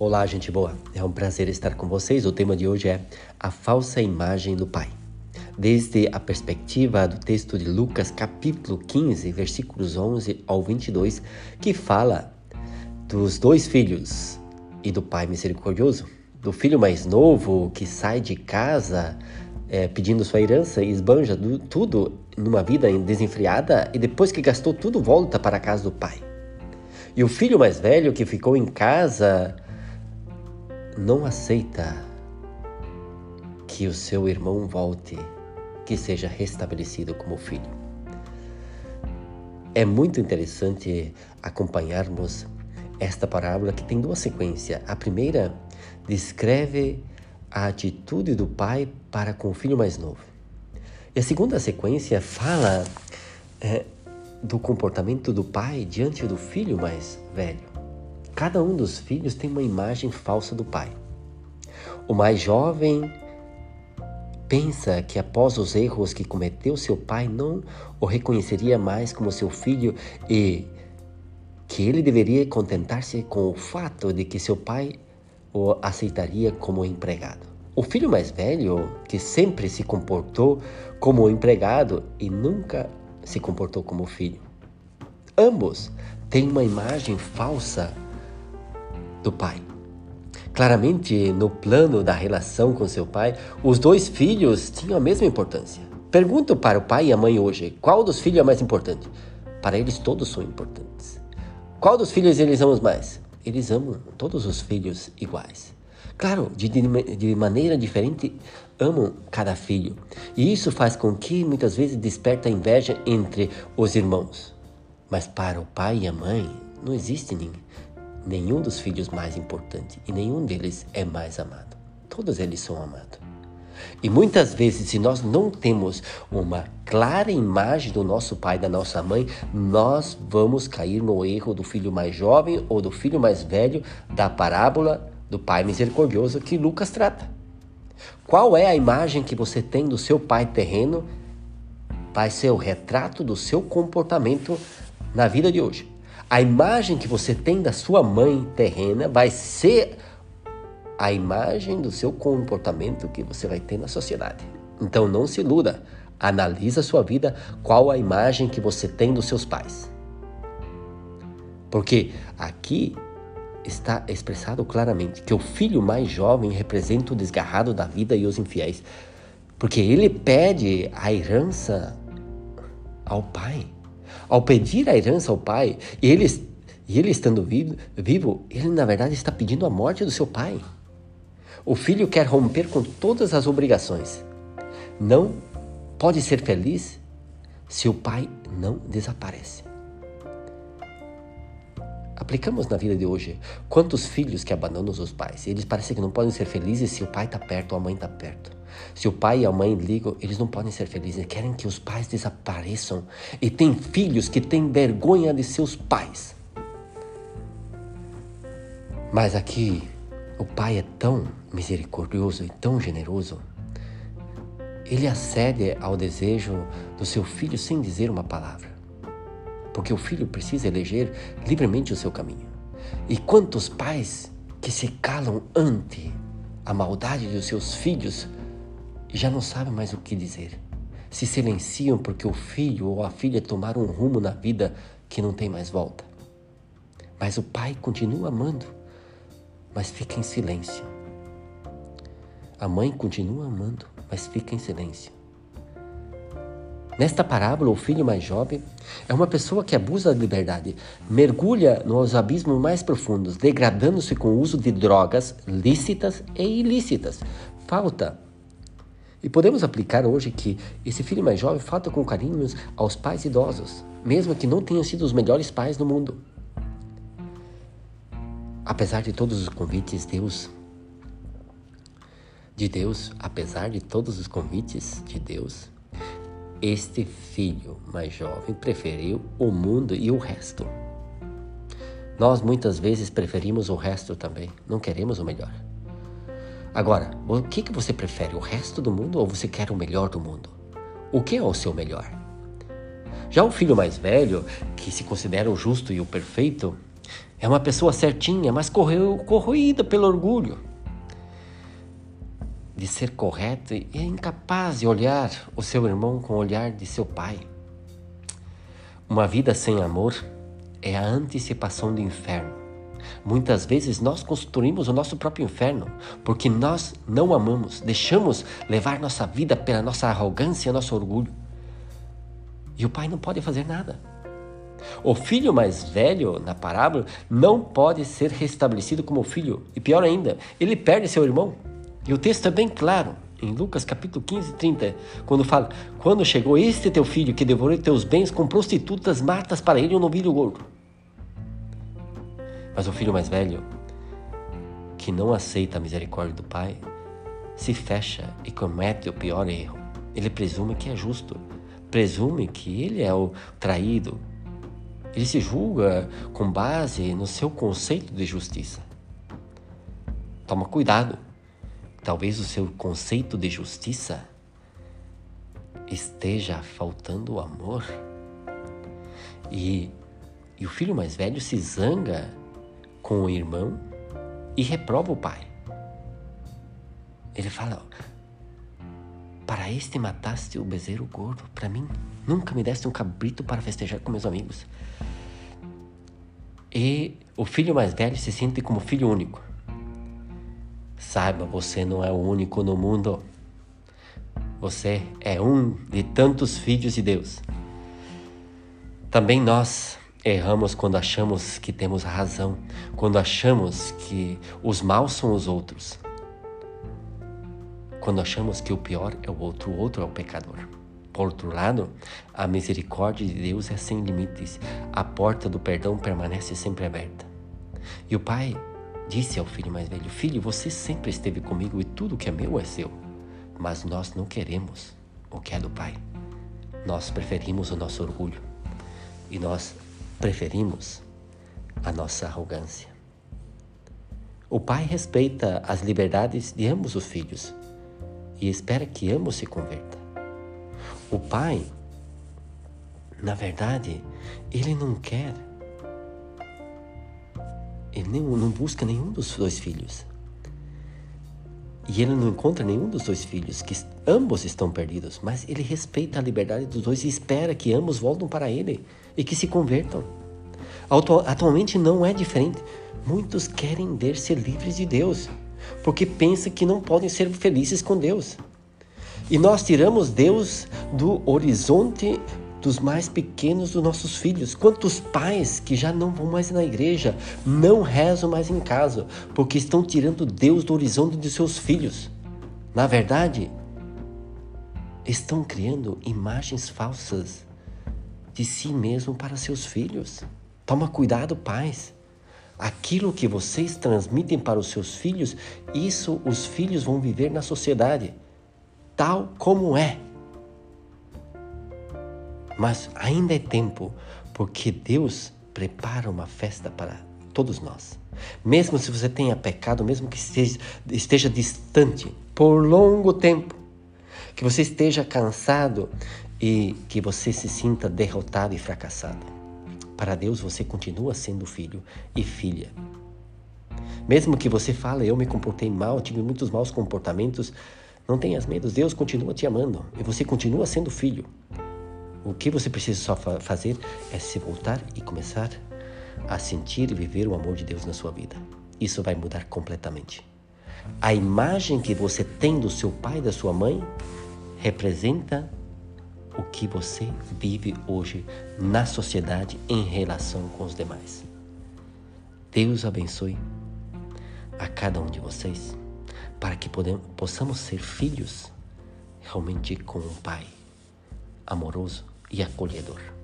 Olá, gente boa. É um prazer estar com vocês. O tema de hoje é a falsa imagem do pai. Desde a perspectiva do texto de Lucas, capítulo 15, versículos 11 ao 22, que fala dos dois filhos e do pai misericordioso. Do filho mais novo que sai de casa pedindo sua herança e esbanja tudo numa vida desenfreada e depois que gastou tudo volta para a casa do pai. E o filho mais velho que ficou em casa não aceita que o seu irmão volte, que seja restabelecido como filho. É muito interessante acompanharmos esta parábola que tem duas sequências. A primeira descreve a atitude do pai para com o filho mais novo. E a segunda sequência fala do comportamento do pai diante do filho mais velho. Cada um dos filhos tem uma imagem falsa do pai. O mais jovem pensa que após os erros que cometeu, seu pai não o reconheceria mais como seu filho e que ele deveria contentar-se com o fato de que seu pai o aceitaria como empregado. O filho mais velho, que sempre se comportou como empregado e nunca se comportou como filho. Ambos têm uma imagem falsa do pai. Claramente, no plano da relação com seu pai, os dois filhos tinham a mesma importância. Pergunto para o pai e a mãe hoje, qual dos filhos é mais importante? Para eles todos são importantes. Qual dos filhos eles amam mais? Eles amam todos os filhos iguais. Claro, de maneira diferente amam cada filho. E isso faz com que muitas vezes desperta a inveja entre os irmãos. Mas para o pai e a mãe não existe nenhum dos filhos mais importante e nenhum deles é mais amado. Todos eles são amados. E muitas vezes, se nós não temos uma clara imagem do nosso pai e da nossa mãe, nós vamos cair no erro do filho mais jovem ou do filho mais velho da parábola do pai misericordioso que Lucas trata. Qual é a imagem que você tem do seu pai terreno? Vai ser o retrato do seu comportamento na vida de hoje. A imagem que você tem da sua mãe terrena vai ser a imagem do seu comportamento que você vai ter na sociedade. Então não se iluda, analisa a sua vida, qual a imagem que você tem dos seus pais. Porque aqui está expressado claramente que o filho mais jovem representa o desgarrado da vida e os infiéis, porque ele pede a herança ao pai. Ao pedir a herança ao pai, e ele estando vivo, ele na verdade está pedindo a morte do seu pai. O filho quer romper com todas as obrigações. Não pode ser feliz se o pai não desaparece. Aplicamos na vida de hoje. Quantos filhos que abandonam os pais? Eles parecem que não podem ser felizes se o pai está perto ou a mãe está perto. Se o pai e a mãe ligam, eles não podem ser felizes. Eles querem que os pais desapareçam. E tem filhos que têm vergonha de seus pais. Mas aqui, o pai é tão misericordioso e tão generoso. Ele acede ao desejo do seu filho sem dizer uma palavra. Porque o filho precisa eleger livremente o seu caminho. E quantos pais que se calam ante a maldade dos seus filhos e já não sabem mais o que dizer. Se silenciam porque o filho ou a filha tomaram um rumo na vida que não tem mais volta. Mas o pai continua amando, mas fica em silêncio. A mãe continua amando, mas fica em silêncio. Nesta parábola, o filho mais jovem é uma pessoa que abusa da liberdade, mergulha nos abismos mais profundos, degradando-se com o uso de drogas lícitas e ilícitas. E podemos aplicar hoje que esse filho mais jovem falta com carinho aos pais idosos, mesmo que não tenham sido os melhores pais do mundo. Apesar de todos os convites de Deus, este filho mais jovem preferiu o mundo e o resto. Nós muitas vezes preferimos o resto também, não queremos o melhor. Agora, o que você prefere, o resto do mundo ou você quer o melhor do mundo? O que é o seu melhor? Já o filho mais velho, que se considera o justo e o perfeito, É uma pessoa certinha, mas corroída pelo orgulho de ser correto e é incapaz de olhar o seu irmão com o olhar de seu pai. Uma vida sem amor é a antecipação do inferno. Muitas vezes nós construímos o nosso próprio inferno porque nós não amamos, deixamos levar nossa vida pela nossa arrogância e nosso orgulho. E o pai não pode fazer nada. O filho mais velho, na parábola, não pode ser restabelecido como filho. E pior ainda, ele perde seu irmão. E o texto é bem claro, em Lucas capítulo 15, 30, quando fala: quando chegou este teu filho que devorou teus bens com prostitutas, matas para ele um novilho gordo. Mas o filho mais velho, que não aceita a misericórdia do pai, se fecha e comete o pior erro. Ele presume que é justo, presume que ele é o traído. Ele se julga com base no seu conceito de justiça. Toma cuidado. Talvez o seu conceito de justiça esteja faltando o amor. E o filho mais velho se zanga com o irmão e reprova o pai. Ele fala: para este mataste o bezerro gordo, para mim nunca me deste um cabrito para festejar com meus amigos. E o filho mais velho se sente como filho único. Saiba, você não é o único no mundo. Você é um de tantos filhos de Deus. Também nós erramos quando achamos que temos razão, quando achamos que os maus são os outros, quando achamos que o pior é o outro é o pecador. Por outro lado, a misericórdia de Deus é sem limites. A porta do perdão permanece sempre aberta. E o pai disse ao filho mais velho: filho, você sempre esteve comigo e tudo que é meu é seu. Mas nós não queremos o que é do pai. Nós preferimos o nosso orgulho. E nós preferimos a nossa arrogância. O pai respeita as liberdades de ambos os filhos e espera que ambos se convertam. O pai, na verdade, ele não quer, ele não busca nenhum dos dois filhos. E ele não encontra nenhum dos dois filhos, que ambos estão perdidos, mas ele respeita a liberdade dos dois e espera que ambos voltem para ele e que se convertam. Atualmente não é diferente. Muitos querem ser livres de Deus, porque pensam que não podem ser felizes com Deus. E nós tiramos Deus do horizonte dos mais pequenos dos nossos filhos. Quantos pais que já não vão mais na igreja, não rezam mais em casa, porque estão tirando Deus do horizonte de seus filhos. Na verdade, estão criando imagens falsas de si mesmo para seus filhos. Toma cuidado, pais. Aquilo que vocês transmitem para os seus filhos, isso os filhos vão viver na sociedade, tal como é. Mas ainda é tempo, porque Deus prepara uma festa para todos nós. Mesmo se você tenha pecado, mesmo que esteja distante por longo tempo, que você esteja cansado e que você se sinta derrotado e fracassado, para Deus você continua sendo filho e filha. Mesmo que você fale: eu me comportei mal, tive muitos maus comportamentos, não tenhas medo, Deus continua te amando e você continua sendo filho. O que você precisa só fazer é se voltar e começar a sentir e viver o amor de Deus na sua vida. Isso vai mudar completamente. A imagem que você tem do seu pai e da sua mãe representa o que você vive hoje na sociedade em relação com os demais. Deus abençoe a cada um de vocês para que possamos ser filhos realmente com um pai amoroso e acolhedor.